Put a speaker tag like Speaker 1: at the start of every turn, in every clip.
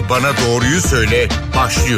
Speaker 1: Bana Doğruyu Söyle başlıyor.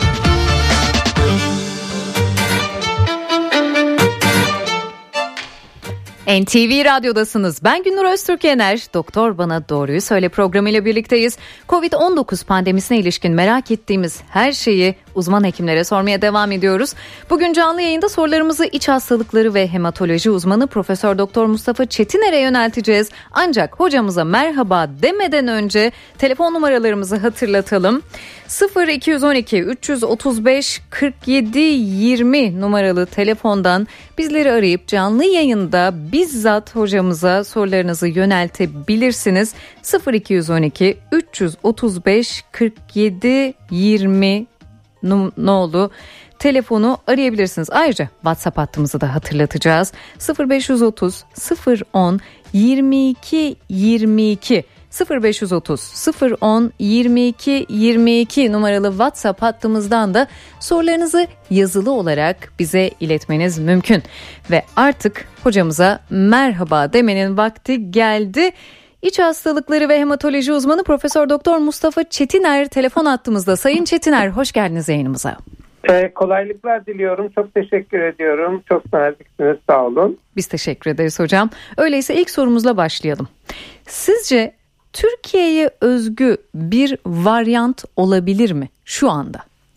Speaker 2: NTV Radyo'dasınız. Ben Günnur Öztürk-Yener. Doktor Bana Doğruyu Söyle programıyla birlikteyiz. Covid-19 pandemisine ilişkin merak ettiğimiz her şeyi uzman hekimlere sormaya devam ediyoruz. Bugün canlı yayında sorularımızı iç hastalıkları ve hematoloji uzmanı Profesör Doktor Mustafa Çetiner'e yönelteceğiz. Ancak hocamıza merhaba demeden önce telefon numaralarımızı hatırlatalım. 0212 335 47 20 numaralı telefondan bizleri arayıp canlı yayında bizzat hocamıza sorularınızı yöneltebilirsiniz. 0212 335 47 20 nolu telefonu arayabilirsiniz. Ayrıca WhatsApp hattımızı da hatırlatacağız. 0530 010 22 22 0530 010 22 22 numaralı WhatsApp hattımızdan da sorularınızı yazılı olarak bize iletmeniz mümkün. Ve artık hocamıza merhaba demenin vakti geldi. İç hastalıkları ve hematoloji uzmanı Profesör Doktor Mustafa Çetiner telefon hattımızda. Sayın Çetiner, hoş geldiniz yayınımıza.
Speaker 3: Kolaylıklar diliyorum. Çok teşekkür ediyorum. Çok naziksiniz. Sağ olun.
Speaker 2: Biz teşekkür ederiz hocam. Öyleyse ilk sorumuzla başlayalım. Sizce Türkiye'ye özgü bir varyant olabilir mi şu anda?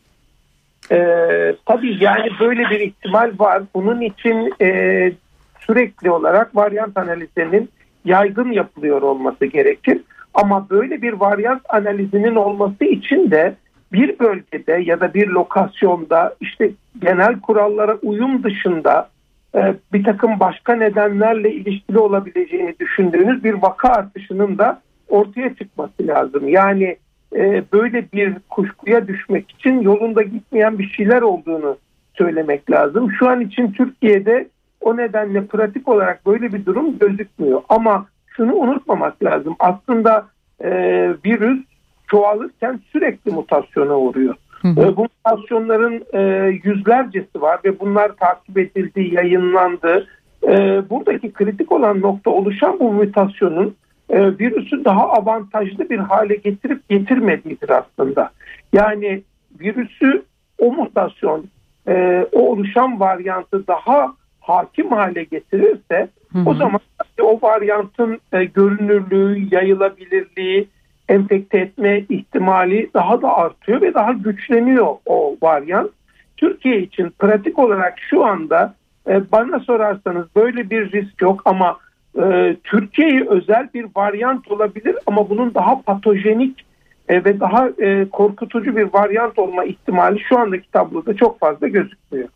Speaker 3: Tabii yani böyle bir ihtimal var. Bunun için sürekli olarak varyant analizlerinin yaygın yapılıyor olması gerekir. Ama böyle bir varyant analizinin olması için de bir bölgede ya da bir lokasyonda işte genel kurallara uyum dışında bir takım başka nedenlerle ilişkili olabileceğini düşündüğünüz bir vaka artışının da ortaya çıkması lazım. Yani böyle bir kuşkuya düşmek için yolunda gitmeyen bir şeyler olduğunu söylemek lazım. Şu an için Türkiye'de o nedenle pratik olarak böyle bir durum gözükmüyor. Ama şunu unutmamak lazım. Aslında virüs çoğalırken sürekli mutasyona uğruyor. Bu mutasyonların yüzlercesi var ve bunlar takip edildi, yayınlandı. Buradaki kritik olan nokta oluşan bu mutasyonun virüsü daha avantajlı bir hale getirip getirmediğidir aslında. Yani virüsü o mutasyon, o oluşan varyantı daha hakim hale getirirse o zaman o varyantın görünürlüğü, yayılabilirliği, enfekte etme ihtimali daha da artıyor ve daha güçleniyor o varyant. Türkiye için pratik olarak şu anda bana sorarsanız böyle bir risk yok ama Türkiye'ye özel bir varyant olabilir ama bunun daha patojenik ve daha korkutucu bir varyant olma ihtimali şu andaki tabloda çok fazla gözükmüyor.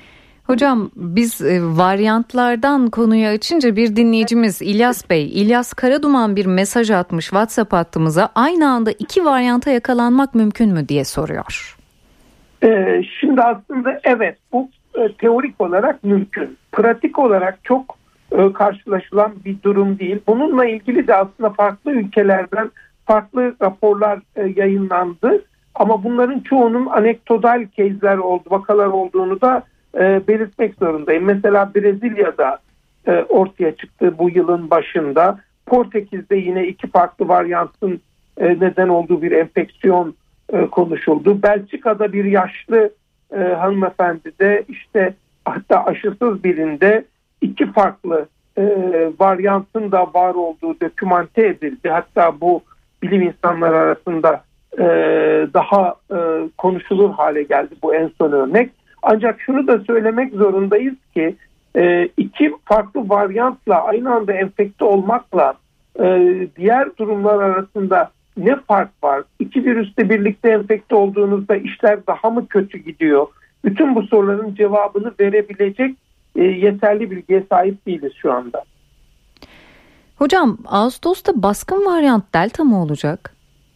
Speaker 2: Hocam biz varyantlardan konuyu açınca bir dinleyicimiz İlyas Karaduman bir mesaj atmış WhatsApp hattımıza. Aynı anda iki varyanta yakalanmak mümkün mü diye soruyor.
Speaker 3: Şimdi aslında evet bu teorik olarak mümkün. Pratik olarak çok karşılaşılan bir durum değil. Bununla ilgili de aslında farklı ülkelerden farklı raporlar yayınlandı. Ama bunların çoğunun anekdotal vakalar olduğunu da belirtmek zorundayım. Mesela Brezilya'da ortaya çıktı bu yılın başında. Portekiz'de yine iki farklı varyantın neden olduğu bir enfeksiyon konuşuldu. Belçika'da bir yaşlı hanımefendi de işte hatta aşısız birinde iki farklı varyantın da var olduğu dokümante edildi. Hatta bu bilim insanları arasında daha konuşulur hale geldi bu en son örnek. Ancak şunu da söylemek zorundayız ki iki farklı varyantla aynı anda enfekte olmakla diğer durumlar arasında ne fark var? İki virüsle birlikte enfekte olduğunuzda işler daha mı kötü gidiyor? Bütün bu soruların cevabını verebilecek yeterli bilgiye sahip değiliz şu anda.
Speaker 2: Hocam Ağustos'ta baskın varyant Delta mı olacak?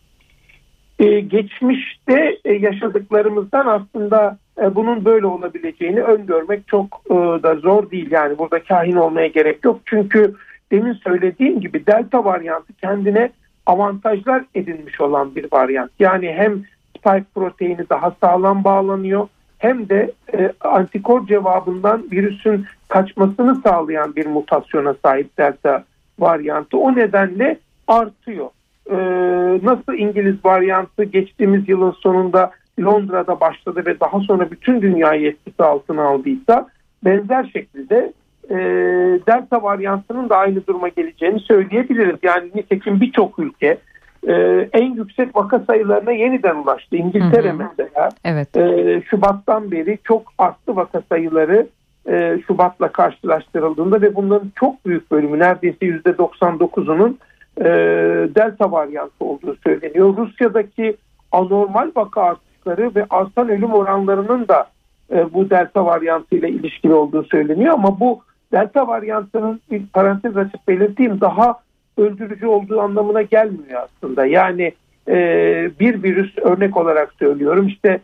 Speaker 3: Geçmişte yaşadıklarımızdan aslında bunun böyle olabileceğini öngörmek çok da zor değil. Yani burada kahin olmaya gerek yok. Çünkü demin söylediğim gibi Delta varyantı kendine avantajlar edinmiş olan bir varyant. Yani hem spike proteini daha sağlam bağlanıyor hem de antikor cevabından virüsün kaçmasını sağlayan bir mutasyona sahip Delta varyantı. O nedenle artıyor. nasıl İngiliz varyantı geçtiğimiz yılın sonunda Londra'da başladı ve daha sonra bütün dünyayı etkisi altına aldıysa, benzer şekilde Delta varyantının da aynı duruma geleceğini söyleyebiliriz. Yani nitekim birçok ülke en yüksek vaka sayılarına yeniden ulaştı. İngiltere mesela
Speaker 2: evet.
Speaker 3: Şubat'tan beri çok arttı vaka sayıları Şubat'la karşılaştırıldığında ve bunların çok büyük bölümü, neredeyse %99'unun Delta varyantı olduğu söyleniyor. Rusya'daki anormal vaka artışları ve artan ölüm oranlarının da bu Delta varyantı ile ilişkili olduğu söyleniyor. Ama bu Delta varyantının, bir parantez açıp belirteyim, daha öldürücü olduğu anlamına gelmiyor aslında. Yani bir virüs, örnek olarak söylüyorum, işte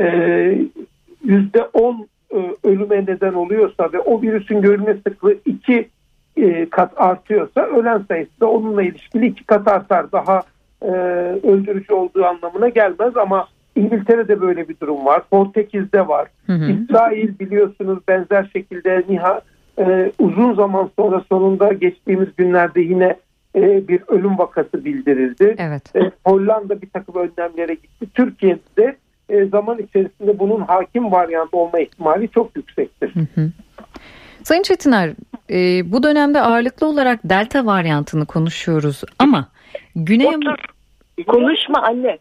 Speaker 3: %10 ölüme neden oluyorsa ve o virüsün görülme sıklığı 2 kat artıyorsa, ölen sayısı da onunla ilişkili 2 kat artar. Daha öldürücü olduğu anlamına gelmez ama İngiltere'de böyle bir durum var. Portekiz'de var. İsrail biliyorsunuz benzer şekilde uzun zaman sonra sonunda geçtiğimiz günlerde yine bir ölüm vakası bildirildi.
Speaker 2: Evet.
Speaker 3: Hollanda bir takım önlemlere gitti. Türkiye'de zaman içerisinde bunun hakim varyant olma ihtimali çok yüksektir.
Speaker 2: Sayın Çetiner, bu dönemde ağırlıklı olarak Delta varyantını konuşuyoruz ama
Speaker 4: Konuşma anne.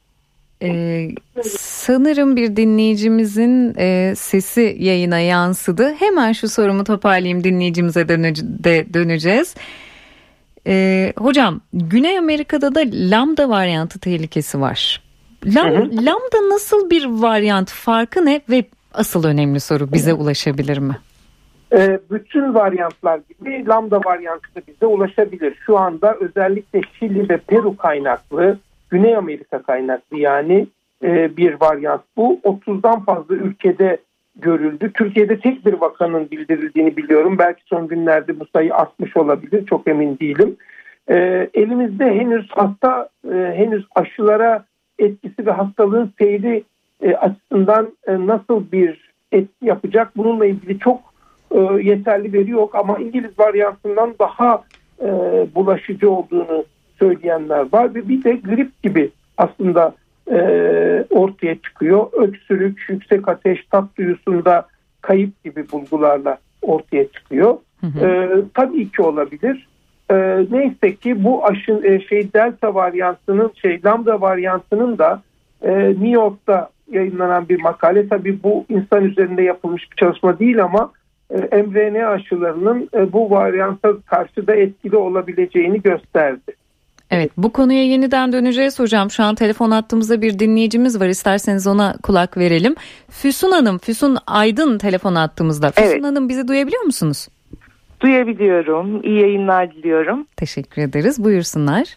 Speaker 2: Sanırım bir dinleyicimizin sesi yayına yansıdı. Hemen şu sorumu toparlayayım, dinleyicimize döneceğiz. Hocam, Güney Amerika'da da Lambda varyantı tehlikesi var. Lambda nasıl bir varyant, farkı ne ve asıl önemli soru, bize ulaşabilir mi?
Speaker 3: Bütün varyantlar gibi Lambda varyantı da bize ulaşabilir. Şu anda özellikle Şili ve Peru kaynaklı, Güney Amerika kaynaklı yani bir varyant bu. 30'dan fazla ülkede görüldü. Türkiye'de tek bir vakanın bildirildiğini biliyorum. Belki son günlerde bu sayı artmış olabilir. Çok emin değilim. Elimizde henüz aşılara etkisi ve hastalığın seyri açısından nasıl bir etki yapacak, bununla ilgili çok yeterli veri yok ama İngiliz varyantından daha bulaşıcı olduğunu söyleyenler var ve bir de grip gibi aslında ortaya çıkıyor. Öksürük, yüksek ateş, tat duyusunda kayıp gibi bulgularla ortaya çıkıyor. Tabii ki olabilir. Neyse ki bu Delta varyantının, Lambda varyantının da New York'ta yayınlanan bir makale, tabii bu insan üzerinde yapılmış bir çalışma değil ama mRNA aşılarının bu varyanta karşı da etkili olabileceğini gösterdi.
Speaker 2: Evet, bu konuya yeniden döneceğiz hocam. Şu an telefon hattımızda bir dinleyicimiz var. İsterseniz ona kulak verelim. Füsun Aydın telefon hattımızda. Füsun
Speaker 4: Evet.
Speaker 2: Hanım, bizi duyabiliyor musunuz?
Speaker 4: Duyabiliyorum. İyi yayınlar diliyorum.
Speaker 2: Teşekkür ederiz. Buyursunlar.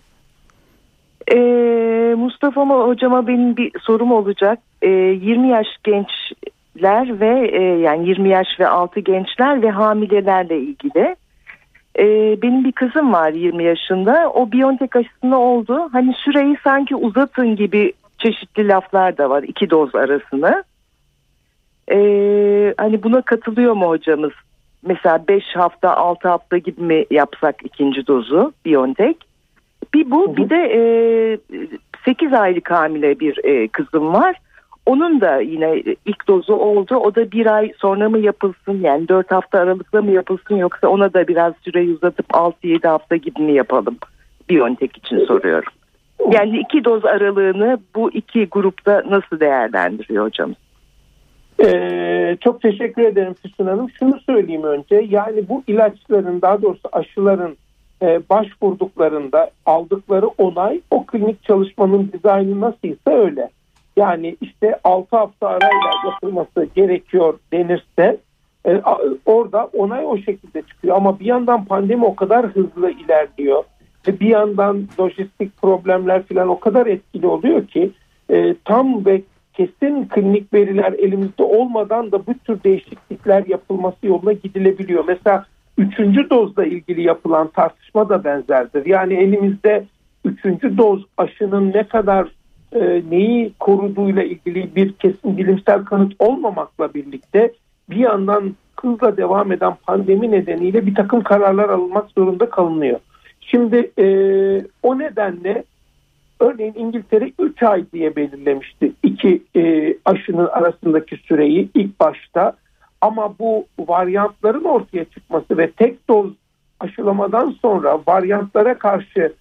Speaker 4: Mustafa hocama benim bir sorum olacak. 20 yaş gençler ve yani 20 yaş ve altı gençler ve hamilelerle ilgili. Benim bir kızım var 20 yaşında. O BioNTech aşısında oldu. Hani süreyi sanki uzatın gibi çeşitli laflar da var 2 doz arasını. Hani buna katılıyor mu hocamız? Mesela 5 hafta 6 hafta gibi mi yapsak ikinci dozu BioNTech? Bir de 8 aylık hamile bir kızım var. Onun da yine ilk dozu oldu. O da 1 ay sonra mı yapılsın? Yani 4 hafta aralıkla mı yapılsın? Yoksa ona da biraz süreyi uzatıp 6-7 hafta gibi mi yapalım? BioNTech için soruyorum. Yani 2 doz aralığını bu iki grupta nasıl değerlendiriyor hocam?
Speaker 3: Çok teşekkür ederim Füsun Hanım. Şunu söyleyeyim önce. Yani bu ilaçların, daha doğrusu aşıların başvurduklarında aldıkları onay, o klinik çalışmanın dizaynı nasılsa öyle. Yani işte 6 hafta arayla yapılması gerekiyor denirse orada onay o şekilde çıkıyor. Ama bir yandan pandemi o kadar hızlı ilerliyor ve bir yandan lojistik problemler falan o kadar etkili oluyor ki tam ve kesin klinik veriler elimizde olmadan da bu tür değişiklikler yapılması yoluna gidilebiliyor. Mesela 3. dozla ilgili yapılan tartışma da benzerdir. Yani elimizde 3. doz aşının ne kadar neyi koruduğuyla ilgili bir kesin bilimsel kanıt olmamakla birlikte bir yandan hızla devam eden pandemi nedeniyle bir takım kararlar alınmak zorunda kalınıyor. Şimdi o nedenle Örneğin İngiltere 3 ay diye belirlemişti iki aşının arasındaki süreyi ilk başta. Ama bu varyantların ortaya çıkması ve tek doz aşılamadan sonra varyantlara karşı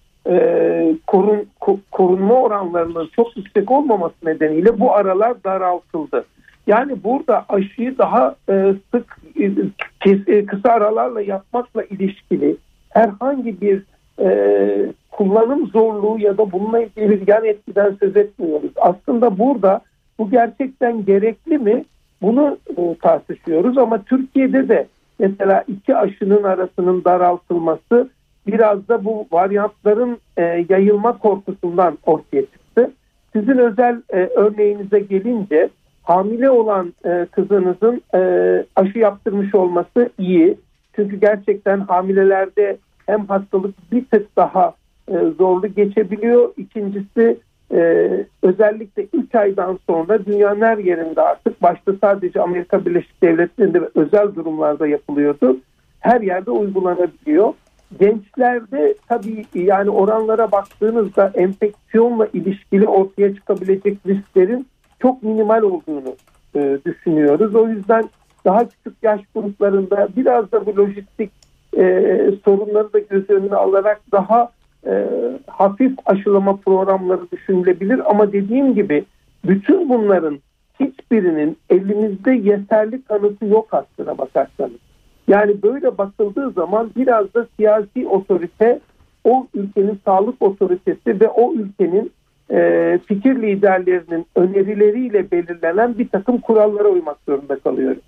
Speaker 3: korunma oranlarının çok yüksek olmaması nedeniyle bu aralar daraltıldı. Yani burada aşıyı daha sık kısa aralarla yapmakla ilişkili herhangi bir kullanım zorluğu ya da bununla ilgili bir yan etkiden söz etmiyoruz. Aslında burada bu gerçekten gerekli mi? Bunu tartışıyoruz ama Türkiye'de de mesela iki aşının arasının daraltılması biraz da bu varyantların yayılma korkusundan ortaya çıktı. Sizin özel örneğinize gelince hamile olan kızınızın aşı yaptırmış olması iyi. Çünkü gerçekten hamilelerde hem hastalık bir tık daha zorlu geçebiliyor. İkincisi özellikle 3 aydan sonra dünyanın her yerinde artık başta sadece Amerika Birleşik Devletleri'nde ve özel durumlarda yapılıyordu. Her yerde uygulanabiliyor. Gençlerde tabii yani oranlara baktığınızda enfeksiyonla ilişkili ortaya çıkabilecek risklerin çok minimal olduğunu düşünüyoruz. O yüzden daha küçük yaş gruplarında biraz da bu lojistik sorunları da göz önüne alarak daha hafif aşılama programları düşünülebilir. Ama dediğim gibi bütün bunların hiçbirinin elimizde yeterli kanıtı yok aslına bakarsanız. Yani böyle bakıldığı zaman biraz da siyasi otorite, o ülkenin sağlık otoritesi ve o ülkenin fikir liderlerinin önerileriyle belirlenen bir takım kurallara uymak zorunda kalıyoruz.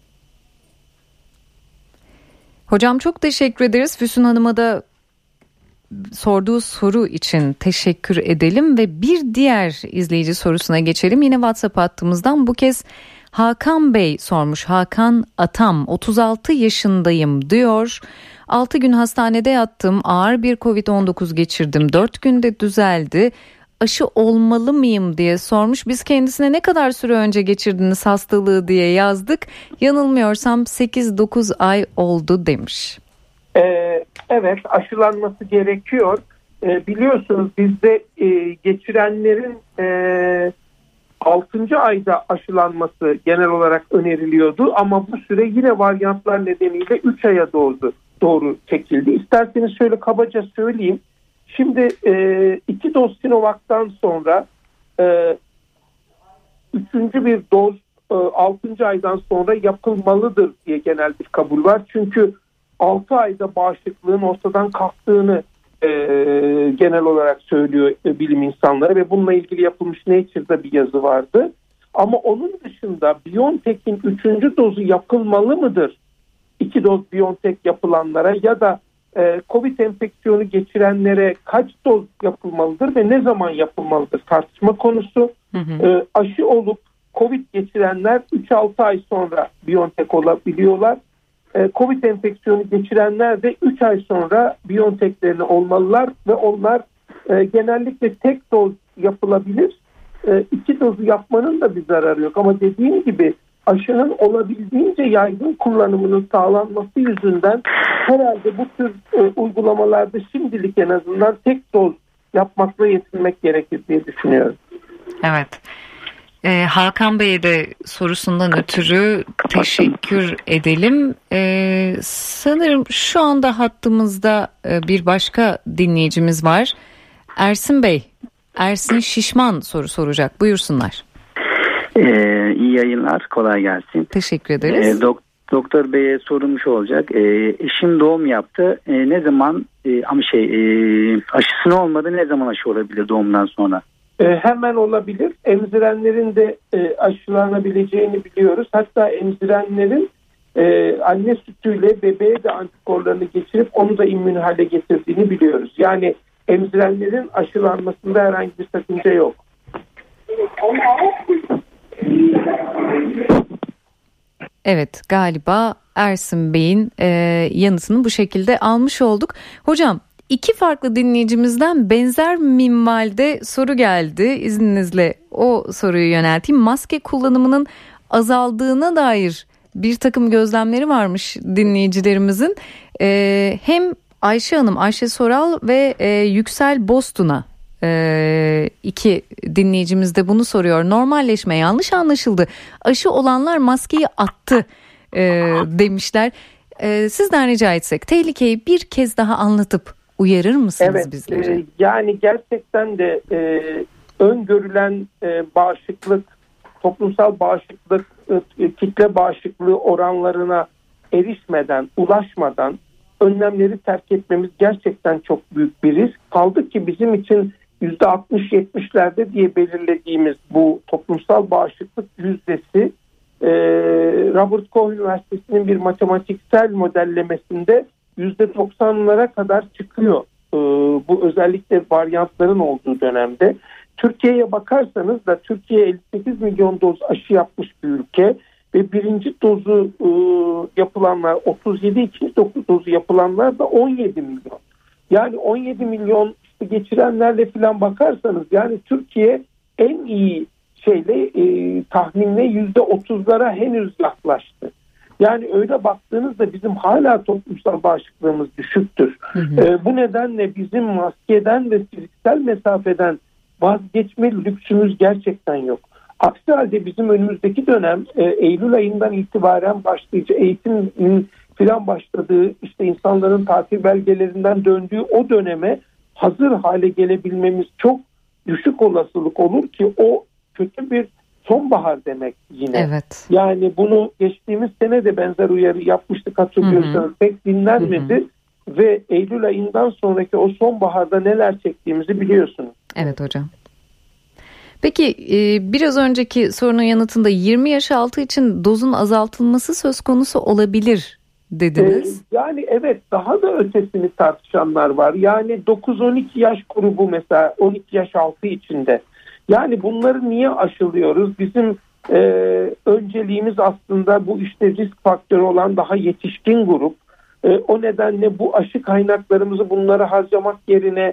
Speaker 2: Hocam çok teşekkür ederiz. Füsun Hanım'a da sorduğu soru için teşekkür edelim ve bir diğer izleyici sorusuna geçelim. Yine WhatsApp hattımızdan bu kez Hakan Bey sormuş. Hakan Atam, 36 yaşındayım diyor. 6 gün hastanede yattım. Ağır bir Covid-19 geçirdim. 4 günde düzeldi. Aşı olmalı mıyım diye sormuş. Biz kendisine ne kadar süre önce geçirdiniz hastalığı diye yazdık. Yanılmıyorsam 8-9 ay oldu demiş.
Speaker 3: Evet, aşılanması gerekiyor. Biliyorsunuz bizde geçirenlerin 6. ayda aşılanması genel olarak öneriliyordu. Ama bu süre yine varyantlar nedeniyle 3 aya doğru çekildi. İsterseniz şöyle kabaca söyleyeyim. Şimdi 2 doz Sinovac'tan sonra 3. bir doz 6. aydan sonra yapılmalıdır diye genel bir kabul var. Çünkü 6 ayda bağışıklığın ortadan kalktığını genel olarak söylüyor bilim insanları ve bununla ilgili yapılmış Nature'da bir yazı vardı. Ama onun dışında BioNTech'in 3. dozu yapılmalı mıdır? 2 doz BioNTech yapılanlara ya da Covid enfeksiyonu geçirenlere kaç doz yapılmalıdır ve ne zaman yapılmalıdır tartışma konusu. Aşı olup Covid geçirenler 3-6 ay sonra BioNTech olabiliyorlar. Covid enfeksiyonu geçirenler de 3 ay sonra BioNTech'lerini olmalılar ve onlar genellikle tek doz yapılabilir. 2 dozu yapmanın da bir zararı yok ama dediğim gibi aşının olabildiğince yaygın kullanımının sağlanması yüzünden herhalde bu tür uygulamalarda şimdilik en azından tek doz yapmakla yetinmek gerekir diye düşünüyorum.
Speaker 2: Evet. Hakan Bey'e de sorusundan ötürü teşekkür edelim. Sanırım şu anda hattımızda bir başka dinleyicimiz var. Ersin Bey, Ersin Şişman soru soracak. Buyursunlar.
Speaker 5: İyi yayınlar, kolay gelsin.
Speaker 2: Teşekkür ederiz.
Speaker 5: Doktor Bey'e sorulmuş olacak. Eşim doğum yaptı. Ne zaman aşısını olmadı, ne zaman aşı olabilir doğumdan sonra?
Speaker 3: Hemen olabilir. Emzirenlerin de aşılanabileceğini biliyoruz. Hatta emzirenlerin anne sütüyle bebeğe de antikorlarını geçirip onu da immün hale getirdiğini biliyoruz. Yani emzirenlerin aşılanmasında herhangi bir sakınca yok.
Speaker 2: Evet, galiba Ersin Bey'in yanıtını bu şekilde almış olduk. Hocam, 2 farklı dinleyicimizden benzer minvalde soru geldi. İzninizle o soruyu yönelteyim. Maske kullanımının azaldığına dair bir takım gözlemleri varmış dinleyicilerimizin. Hem Ayşe Hanım, Ayşe Soral ve Yüksel Bostun'a İki dinleyicimiz de bunu soruyor. Normalleşme yanlış anlaşıldı. Aşı olanlar maskeyi attı demişler. Sizden rica etsek tehlikeyi bir kez daha anlatıp uyarır mısınız bizleri?
Speaker 3: Yani gerçekten de öngörülen bağışıklık, toplumsal bağışıklık, kitle bağışıklığı oranlarına erişmeden, ulaşmadan önlemleri terk etmemiz gerçekten çok büyük bir risk. Kaldı ki bizim için %60-70'lerde diye belirlediğimiz bu toplumsal bağışıklık yüzdesi Robert Koch Üniversitesi'nin bir matematiksel modellemesinde %90'lara kadar çıkıyor. Bu özellikle varyantların olduğu dönemde. Türkiye'ye bakarsanız da Türkiye 58 milyon doz aşı yapmış bir ülke ve birinci dozu yapılanlar 37, ikinci dozu yapılanlar da 17 milyon. Yani 17 milyon işte geçirenlerle falan bakarsanız yani Türkiye en iyi tahminle %30'lara henüz yaklaştı. Yani öyle baktığınızda bizim hala toplumsal bağışıklığımız düşüktür. Bu nedenle bizim maskeden ve fiziksel mesafeden vazgeçme lüksümüz gerçekten yok. Aksi halde bizim önümüzdeki dönem Eylül ayından itibaren başlayıcı eğitimin filan başladığı, işte insanların tatil belgelerinden döndüğü o döneme hazır hale gelebilmemiz çok düşük olasılık olur ki o kötü bir sonbahar demek yine. Evet. Yani bunu geçtiğimiz sene de benzer uyarı yapmıştık, hatırlıyorsanız. Pek dinlenmedi ve Eylül ayından sonraki o sonbaharda neler çektiğimizi biliyorsunuz.
Speaker 2: Evet hocam. Peki biraz önceki sorunun yanıtında 20 yaş altı için dozun azaltılması söz konusu olabilir dediniz.
Speaker 3: Yani evet, daha da ötesini tartışanlar var. Yani 9-12 yaş grubu mesela 12 yaş altı içinde. Yani bunları niye aşılıyoruz? Bizim önceliğimiz aslında bu işte risk faktörü olan daha yetişkin grup. O nedenle bu aşı kaynaklarımızı bunlara harcamak yerine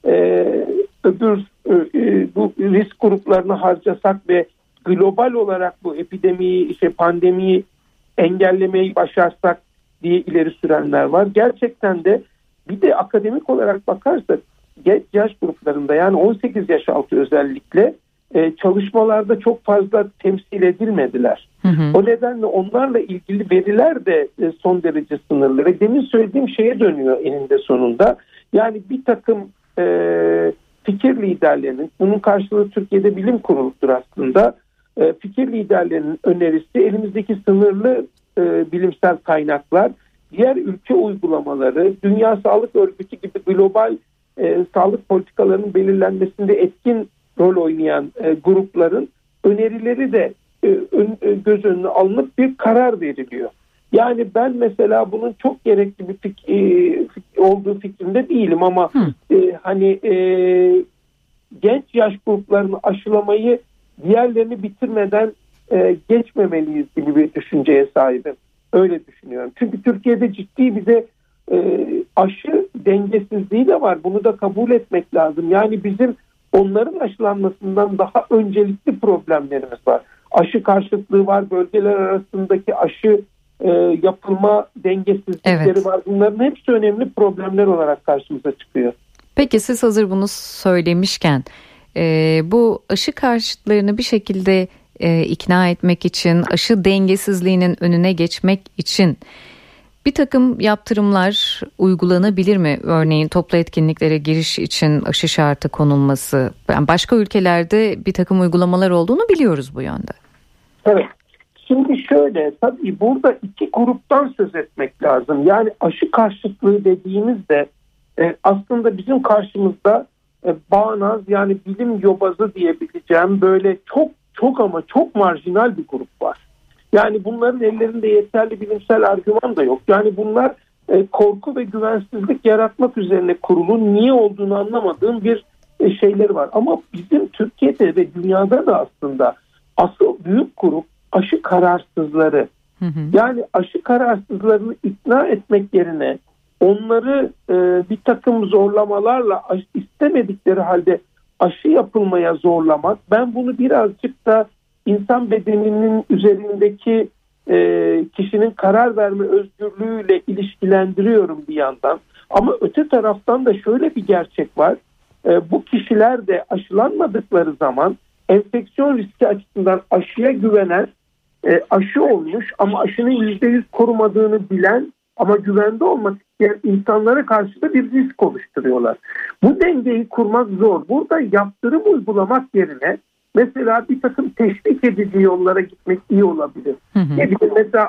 Speaker 3: öbür bu risk gruplarına harcasak ve global olarak bu epidemiyi, pandemiyi engellemeyi başarsak diye ileri sürenler var. Gerçekten de bir de akademik olarak bakarsak genç yaş gruplarında, yani 18 yaş altı özellikle çalışmalarda çok fazla temsil edilmediler. O nedenle onlarla ilgili veriler de son derece sınırlı ve demin söylediğim şeye dönüyor eninde sonunda. Yani bir takım fikir liderlerinin, bunun karşılığı Türkiye'de bilim kuruludur aslında, fikir liderlerinin önerisi elimizdeki sınırlı bilimsel kaynaklar, diğer ülke uygulamaları, Dünya Sağlık Örgütü gibi global sağlık politikalarının belirlenmesinde etkin rol oynayan grupların önerileri de göz önüne alınıp bir karar veriliyor. Yani ben mesela bunun çok gerekli bir olduğu fikrinde değilim ama genç yaş gruplarını aşılamayı diğerlerini bitirmeden geçmemeliyiz gibi bir düşünceye sahibim. Öyle düşünüyorum. Çünkü Türkiye'de ciddi bize aşı dengesizliği de var. Bunu da kabul etmek lazım. Yani bizim onların aşılanmasından daha öncelikli problemlerimiz var. Aşı karşıtlığı var. Bölgeler arasındaki aşı yapılma dengesizlikleri var. Bunların hepsi önemli problemler olarak karşımıza çıkıyor.
Speaker 2: Peki siz hazır bunu söylemişken bu aşı karşıtlarını bir şekilde ikna etmek için, aşı dengesizliğinin önüne geçmek için bir takım yaptırımlar uygulanabilir mi? Örneğin toplu etkinliklere giriş için aşı şartı konulması. Yani başka ülkelerde bir takım uygulamalar olduğunu biliyoruz bu yönde.
Speaker 3: Evet. Şimdi şöyle, tabii burada iki gruptan söz etmek lazım. Yani aşı karşıtlığı dediğimizde aslında bizim karşımızda bağnaz, yani bilim yobazı diyebileceğim böyle çok marjinal bir grup var. Yani bunların ellerinde yeterli bilimsel argüman da yok. Yani bunlar korku ve güvensizlik yaratmak üzerine kurulu, niye olduğunu anlamadığım bir şeyleri var. Ama bizim Türkiye'de ve dünyada da aslında asıl büyük grup aşı kararsızları. Yani aşı kararsızlarını ikna etmek yerine onları bir takım zorlamalarla istemedikleri halde aşı yapılmaya zorlamak, ben bunu birazcık da insan bedeninin üzerindeki kişinin karar verme özgürlüğüyle ilişkilendiriyorum bir yandan. Ama öte taraftan da şöyle bir gerçek var. Bu kişiler de aşılanmadıkları zaman enfeksiyon riski açısından aşıya güvenen, aşı olmuş ama aşının %100 korumadığını bilen ama güvende olmak isteyen insanlara karşı da bir risk oluşturuyorlar. Bu dengeyi kurmak zor. Burada yaptırım uygulamak yerine mesela bir takım teşvik edici yollara gitmek iyi olabilir. Mesela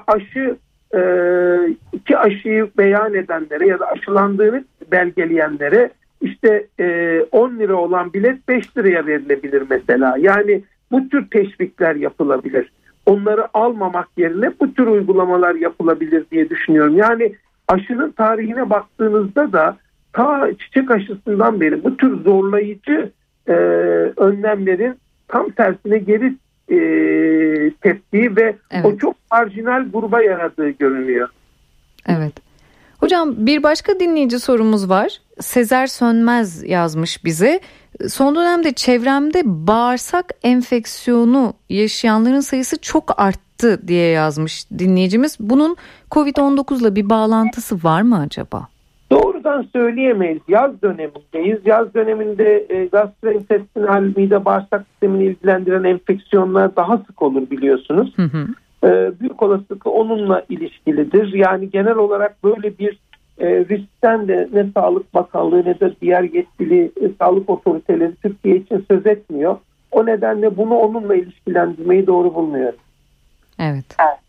Speaker 3: iki aşıyı beyan edenlere ya da aşılandığını belgeleyenlere işte 10 lira olan bilet 5 liraya verilebilir mesela. Yani bu tür teşvikler yapılabilir. Onları almamak yerine bu tür uygulamalar yapılabilir diye düşünüyorum. Yani aşının tarihine baktığınızda da ta çiçek aşısından beri bu tür zorlayıcı önlemlerin tam tersine geri teptiği ve o çok marjinal gruba yaradığı görünüyor.
Speaker 2: Evet. Hocam bir başka dinleyici sorumuz var. Sezer Sönmez yazmış bize. Son dönemde çevremde bağırsak enfeksiyonu yaşayanların sayısı çok arttı diye yazmış dinleyicimiz. Bunun Covid-19 ile bir bağlantısı var mı acaba?
Speaker 3: Doğrudan söyleyemeyiz. Yaz dönemindeyiz. Yaz döneminde gastrointestinal mide bağırsak sistemini ilgilendiren enfeksiyonlar daha sık olur biliyorsunuz. Büyük olasılıkla onunla ilişkilidir. Yani genel olarak böyle bir riskten de ne Sağlık Bakanlığı ne de diğer yetkili sağlık otoriteleri Türkiye için söz etmiyor. O nedenle bunu onunla ilişkilendirmeyi doğru bulmuyorum.
Speaker 2: Evet.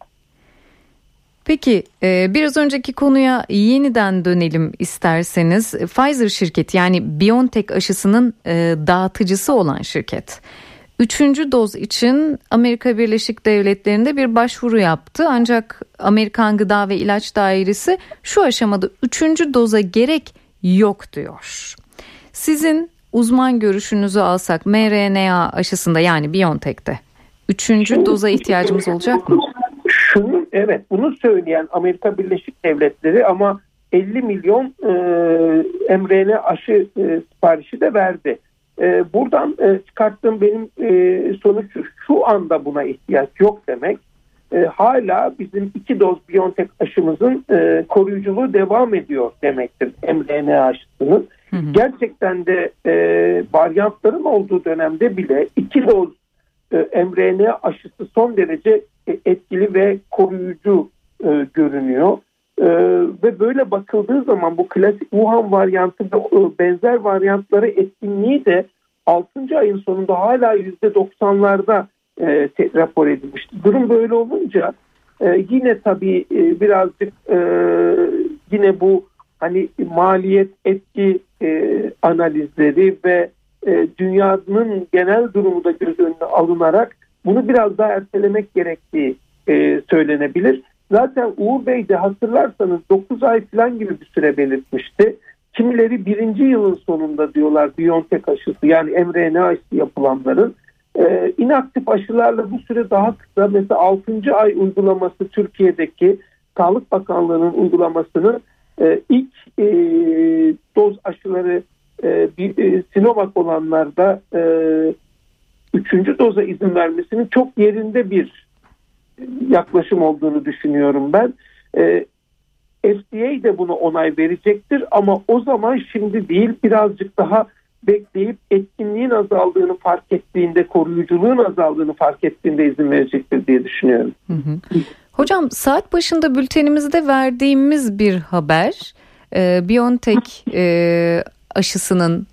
Speaker 2: Peki biraz önceki konuya yeniden dönelim isterseniz. Pfizer şirketi yani BioNTech aşısının dağıtıcısı olan şirket 3. doz için Amerika Birleşik Devletleri'nde bir başvuru yaptı. Ancak Amerikan Gıda ve İlaç Dairesi şu aşamada 3. doza gerek yok diyor. Sizin uzman görüşünüzü alsak mRNA aşısında yani BioNTech'te 3. doza ihtiyacımız olacak mı?
Speaker 3: Evet, bunu söyleyen Amerika Birleşik Devletleri ama 50 milyon mRNA aşı siparişi de verdi. Buradan çıkarttığım benim sonuç şu anda buna ihtiyaç yok demek. Hala bizim 2 doz BioNTech aşımızın koruyuculuğu devam ediyor demektir mRNA aşısının. Gerçekten de varyantların olduğu dönemde bile 2 doz mRNA aşısı son derece etkili ve koruyucu görünüyor. Ve böyle bakıldığı zaman bu klasik Wuhan varyantı ve benzer varyantlara etkinliği de 6. ayın sonunda hala %90'larda rapor edilmişti. Durum böyle olunca yine tabii birazcık yine bu hani maliyet etki analizleri ve dünyanın genel durumu da göz önüne alınarak bunu biraz daha ertelemek gerektiği söylenebilir. Zaten Uğur Bey de hatırlarsanız 9 ay falan gibi bir süre belirtmişti. Kimileri 1. yılın sonunda diyorlar BioNTech aşısı yani mRNA aşısı yapılanların. İnaktif aşılarla bu süre daha kısa. Mesela 6. ay uygulaması Türkiye'deki Sağlık Bakanlığı'nın uygulamasının ilk doz aşıları Sinovac olanlarda 3. doza izin vermesinin çok yerinde bir yaklaşım olduğunu düşünüyorum ben. FDA de buna onay verecektir ama o zaman şimdi değil birazcık daha bekleyip etkinliğin azaldığını fark ettiğinde, koruyuculuğun azaldığını fark ettiğinde izin verecektir diye düşünüyorum.
Speaker 2: Hocam saat başında bültenimizde verdiğimiz bir haber BioNTech aşısının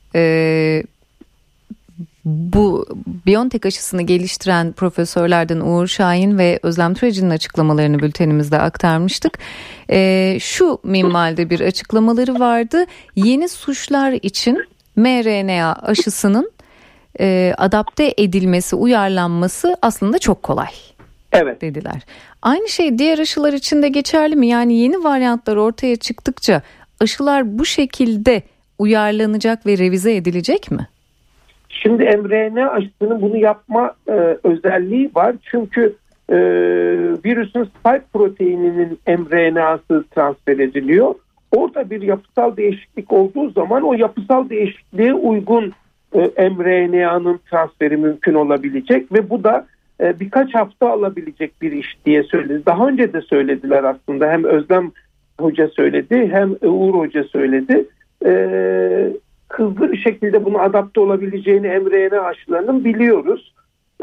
Speaker 2: bu BioNTech aşısını geliştiren profesörlerden Uğur Şahin ve Özlem Türeci'nin açıklamalarını bültenimizde aktarmıştık. Şu minvalde bir açıklamaları vardı. Yeni suçlar için mRNA aşısının adapte edilmesi, uyarlanması aslında çok kolay.
Speaker 3: Evet.
Speaker 2: Dediler. Aynı şey diğer aşılar için de geçerli mi? Yani yeni varyantlar ortaya çıktıkça aşılar bu şekilde uyarlanacak ve revize edilecek mi?
Speaker 3: Şimdi mRNA aşısının bunu yapma özelliği var. Çünkü virüsün spike proteininin mRNA'sı transfer ediliyor. Orada bir yapısal değişiklik olduğu zaman o yapısal değişikliğe uygun mRNA'nın transferi mümkün olabilecek ve bu da birkaç hafta alabilecek bir iş diye söyledi. Daha önce de söylediler aslında. Hem Özlem Hoca söyledi hem Uğur Hoca söyledi. hızlı bir şekilde buna adapte olabileceğini mRNA aşılarının biliyoruz.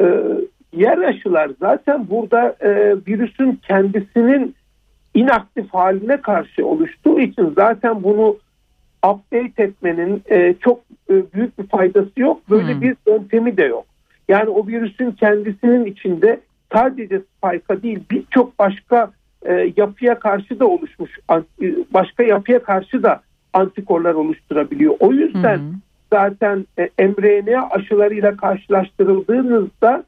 Speaker 3: Diğer aşılar zaten burada virüsün kendisinin inaktif haline karşı oluştuğu için zaten bunu update etmenin çok büyük bir faydası yok. Böyle bir yöntemi de yok. Yani o virüsün kendisinin içinde sadece spike'a değil birçok başka yapıya karşı da oluşmuş, başka yapıya karşı da antikorlar oluşturabiliyor. O yüzden zaten mRNA aşılarıyla karşılaştırıldığınızda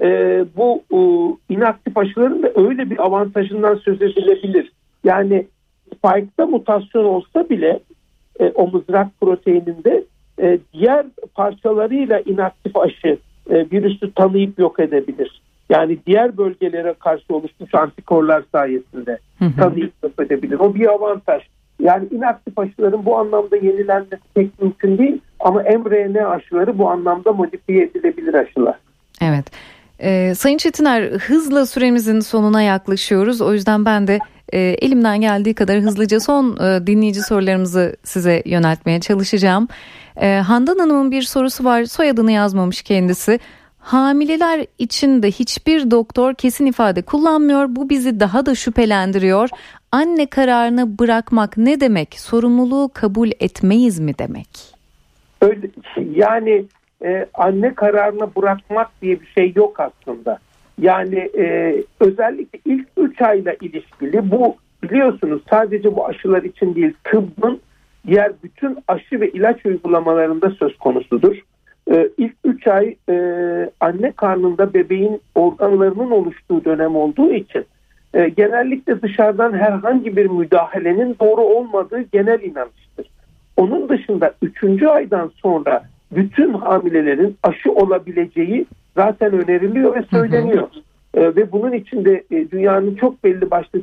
Speaker 3: bu inaktif aşıların da öyle bir avantajından söz edilebilir. Yani spike'da mutasyon olsa bile o mızrak proteininde diğer parçalarıyla inaktif aşı virüsü tanıyıp yok edebilir. Yani diğer bölgelere karşı oluşmuş antikorlar sayesinde tanıyıp yok edebilir. O bir avantaj. Yani inaktif aşıların bu anlamda yenilenmesi pek mümkün değil ama mRNA aşıları bu anlamda modifiye edilebilir aşılar.
Speaker 2: Evet. Sayın Çetiner, hızla süremizin sonuna yaklaşıyoruz. O yüzden ben de elimden geldiği kadar hızlıca son dinleyici sorularımızı size yöneltmeye çalışacağım. Handan Hanım'ın bir sorusu var. Soyadını yazmamış kendisi. Hamileler için de hiçbir doktor kesin ifade kullanmıyor. Bu bizi daha da şüphelendiriyor. Anne kararını bırakmak ne demek? Sorumluluğu kabul etmeyiz mi demek?
Speaker 3: Öyle, yani anne kararını bırakmak diye bir şey yok aslında. Yani özellikle ilk 3 ayla ilişkili bu, biliyorsunuz sadece bu aşılar için değil, tıbbın diğer bütün aşı ve ilaç uygulamalarında söz konusudur. İlk 3 ay anne karnında bebeğin organlarının oluştuğu dönem olduğu için genellikle dışarıdan herhangi bir müdahalenin doğru olmadığı genel inanıştır. Onun dışında 3. aydan sonra bütün hamilelerin aşı olabileceği zaten öneriliyor ve söyleniyor. Ve bunun için de dünyanın çok belli başlı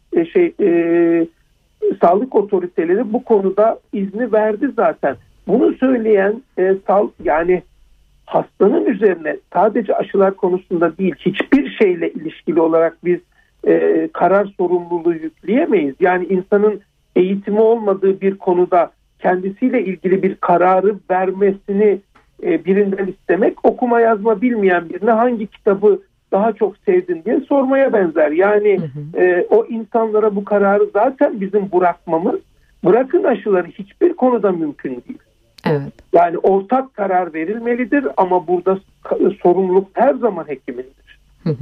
Speaker 3: sağlık otoriteleri bu konuda izni verdi zaten. Bunu söyleyen yani hastanın üzerine sadece aşılar konusunda değil, hiçbir şeyle ilişkili olarak biz karar sorumluluğu yükleyemeyiz. Yani insanın eğitimi olmadığı bir konuda kendisiyle ilgili bir kararı vermesini birinden istemek, okuma yazma bilmeyen birine hangi kitabı daha çok sevdin diye sormaya benzer. Yani o insanlara bu kararı zaten bizim bırakmamız, bırakın aşıları, hiçbir konuda mümkün değil.
Speaker 2: Evet.
Speaker 3: Yani ortak karar verilmelidir ama burada sorumluluk her zaman hekimindir.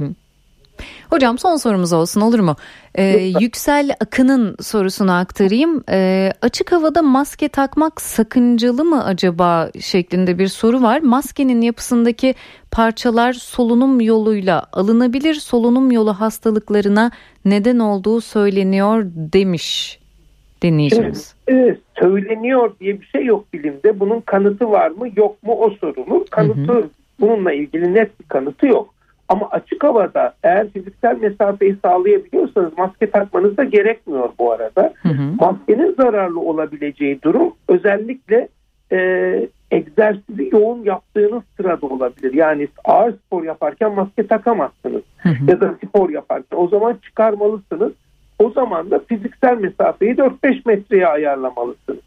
Speaker 2: Hocam son sorumuz olsun, olur mu? Yüksel Akın'ın sorusunu aktarayım. Açık havada maske takmak sakıncalı mı acaba şeklinde bir soru var. Maskenin yapısındaki parçalar solunum yoluyla alınabilir. Solunum yolu hastalıklarına neden olduğu söyleniyor demiş dinleyicimiz.
Speaker 3: Şimdi, söyleniyor diye bir şey yok bilimde. Bunun kanıtı var mı yok mu o sorulur. Kanıtı, bununla ilgili net bir kanıtı yok. Ama açık havada eğer fiziksel mesafeyi sağlayabiliyorsanız maske takmanız da gerekmiyor bu arada. Maskenin zararlı olabileceği durum özellikle egzersizi yoğun yaptığınız sırada olabilir. Yani ağır spor yaparken maske takamazsınız. Ya da spor yaparken o zaman çıkarmalısınız. O zaman da fiziksel mesafeyi 4-5 metreye ayarlamalısınız.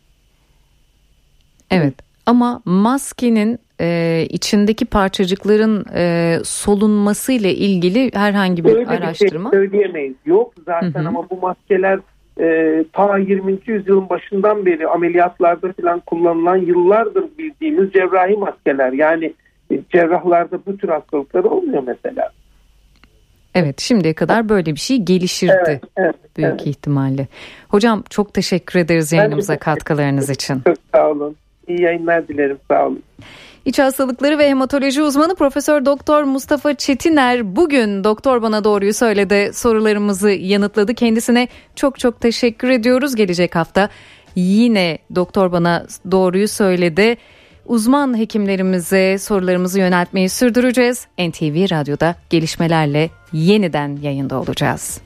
Speaker 2: Evet, ama maskenin içindeki parçacıkların solunması ile ilgili herhangi bir araştırma
Speaker 3: şey söyleyemeyiz. Yok zaten ama bu maskeler ta 20. yüzyılın başından beri ameliyatlarda falan kullanılan, yıllardır bildiğimiz cerrahi maskeler. Yani cerrahlarda bu tür hastalıklar olmuyor mesela.
Speaker 2: Evet, şimdiye kadar böyle bir şey gelişirdi büyük ihtimalle. Hocam çok teşekkür ederiz yayınımıza katkılarınız için.
Speaker 3: Çok sağ olun. İyi yayınlar dilerim. Sağ olun.
Speaker 2: İç hastalıkları ve hematoloji uzmanı Profesör Doktor Mustafa Çetiner bugün Doktor Bana Doğruyu Söyledi sorularımızı yanıtladı. Kendisine çok çok teşekkür ediyoruz. Gelecek hafta yine Doktor Bana Doğruyu Söyledi uzman hekimlerimize sorularımızı yöneltmeyi sürdüreceğiz. NTV Radyo'da gelişmelerle yeniden yayında olacağız.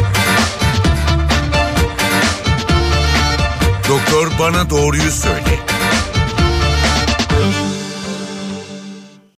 Speaker 1: Doktor Bana Doğruyu Söyle.